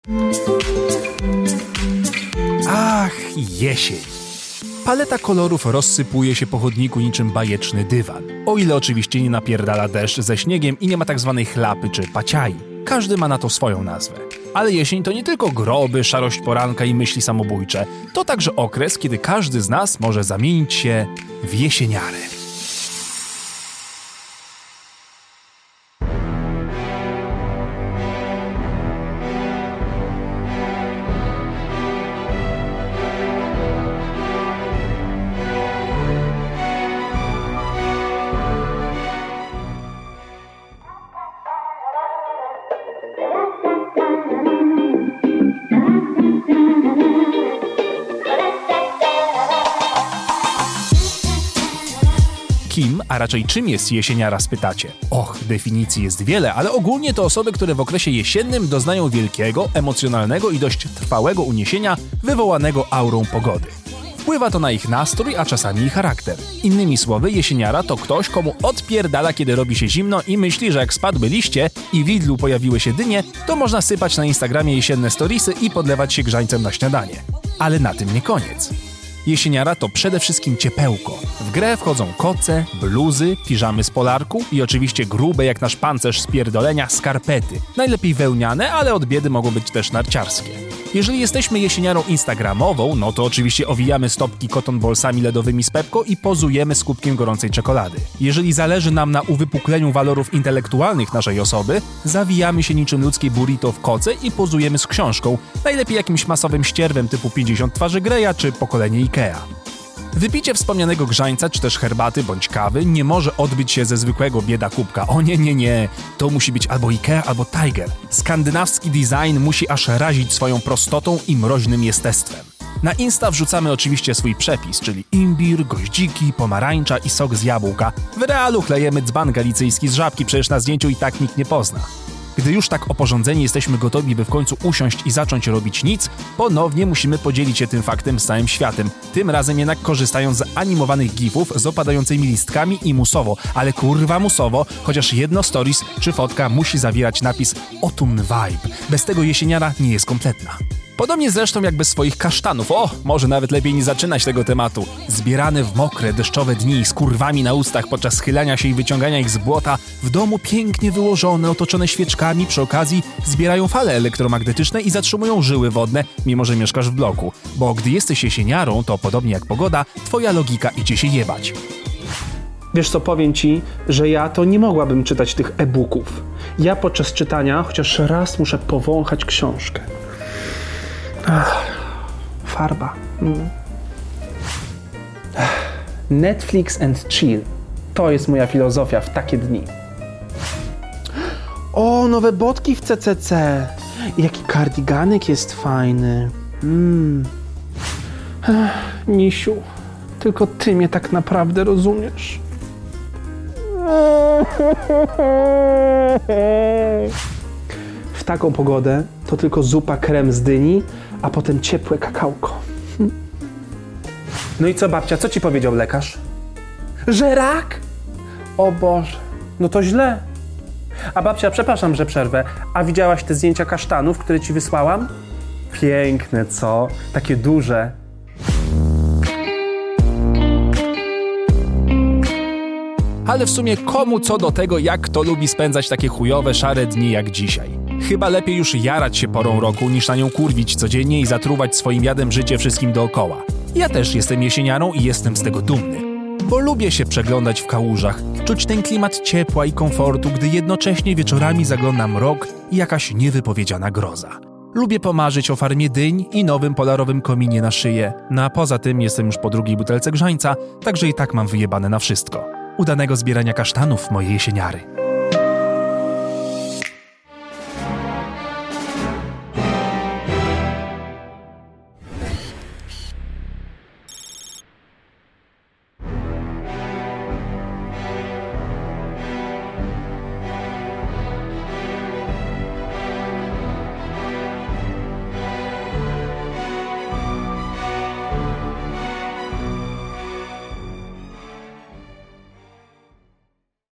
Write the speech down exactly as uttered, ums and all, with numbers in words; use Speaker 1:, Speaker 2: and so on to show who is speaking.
Speaker 1: Ach, jesień. Paleta kolorów rozsypuje się po chodniku niczym bajeczny dywan. O ile oczywiście nie napierdala deszcz ze śniegiem i nie ma tak zwanej chlapy czy paciai. Każdy ma na to swoją nazwę. Ale jesień to nie tylko groby, szarość poranka i myśli samobójcze. To także okres, kiedy każdy z nas może zamienić się w jesieniarę. Kim, a raczej czym jest jesieniara, spytacie? Och, definicji jest wiele, ale ogólnie to osoby, które w okresie jesiennym doznają wielkiego, emocjonalnego i dość trwałego uniesienia wywołanego aurą pogody. Wpływa to na ich nastrój, a czasami i charakter. Innymi słowy, jesieniara to ktoś, komu odpierdala, kiedy robi się zimno i myśli, że jak spadły liście i w Lidlu pojawiły się dynie, to można sypać na Instagramie jesienne storiesy i podlewać się grzańcem na śniadanie. Ale na tym nie koniec. Jesieniara to przede wszystkim ciepełko. W grę wchodzą koce, bluzy, piżamy z polarku i oczywiście grube jak nasz pancerz z pierdolenia skarpety. Najlepiej wełniane, ale od biedy mogą być też narciarskie. Jeżeli jesteśmy jesieniarą instagramową, no to oczywiście owijamy stopki cotton ballsami ledowymi z Pepko i pozujemy z kubkiem gorącej czekolady. Jeżeli zależy nam na uwypukleniu walorów intelektualnych naszej osoby, zawijamy się niczym ludzkie burrito w koce i pozujemy z książką, najlepiej jakimś masowym ścierwem typu pięćdziesiąt twarzy Greya czy pokolenie Ikea. Wypicie wspomnianego grzańca czy też herbaty bądź kawy nie może odbyć się ze zwykłego bieda kubka. O nie, nie, nie. To musi być albo Ikea, albo Tiger. Skandynawski design musi aż razić swoją prostotą i mroźnym jestestwem. Na Insta wrzucamy oczywiście swój przepis, czyli imbir, goździki, pomarańcza i sok z jabłka. W realu chlejemy dzban galicyjski z Żabki, przecież na zdjęciu i tak nikt nie pozna. Gdy już tak oporządzeni jesteśmy gotowi, by w końcu usiąść i zacząć robić nic, ponownie musimy podzielić się tym faktem z całym światem. Tym razem jednak korzystając z animowanych gifów z opadającymi listkami i musowo, ale kurwa musowo, chociaż jedno stories czy fotka musi zawierać napis Autumn Vibe. Bez tego jesieniara nie jest kompletna. Podobnie zresztą jak bez swoich kasztanów. O, może nawet lepiej nie zaczynać tego tematu. Zbierane w mokre, deszczowe dni z kurwami na ustach podczas schylania się i wyciągania ich z błota, w domu pięknie wyłożone, otoczone świeczkami, przy okazji zbierają fale elektromagnetyczne i zatrzymują żyły wodne, mimo że mieszkasz w bloku. Bo gdy jesteś jesieniarą, to podobnie jak pogoda, twoja logika idzie się jebać.
Speaker 2: Wiesz co, powiem ci, że ja to nie mogłabym czytać tych e-booków. Ja podczas czytania chociaż raz muszę powąchać książkę. Ach, farba. Mm. Netflix and chill. To jest moja filozofia w takie dni. O, nowe botki w C C C. Jaki kardiganek jest fajny. Mm. Ach, misiu, tylko ty mnie tak naprawdę rozumiesz. W taką pogodę to tylko zupa krem z dyni, a potem ciepłe kakałko. No i co, babcia, co ci powiedział lekarz? Że rak? O Boże, no to źle. A babcia, przepraszam, że przerwę, a widziałaś te zdjęcia kasztanów, które ci wysłałam? Piękne, co? Takie duże.
Speaker 1: Ale w sumie komu co do tego, jak kto lubi spędzać takie chujowe, szare dni jak dzisiaj. Chyba lepiej już jarać się porą roku, niż na nią kurwić codziennie i zatruwać swoim jadem życie wszystkim dookoła. Ja też jestem jesieniarą i jestem z tego dumny. Bo lubię się przeglądać w kałużach, czuć ten klimat ciepła i komfortu, gdy jednocześnie wieczorami zagląda mrok i jakaś niewypowiedziana groza. Lubię pomarzyć o farmie dyń i nowym polarowym kominie na szyję. No a poza tym jestem już po drugiej butelce grzańca, także i tak mam wyjebane na wszystko. Udanego zbierania kasztanów, moje jesieniary.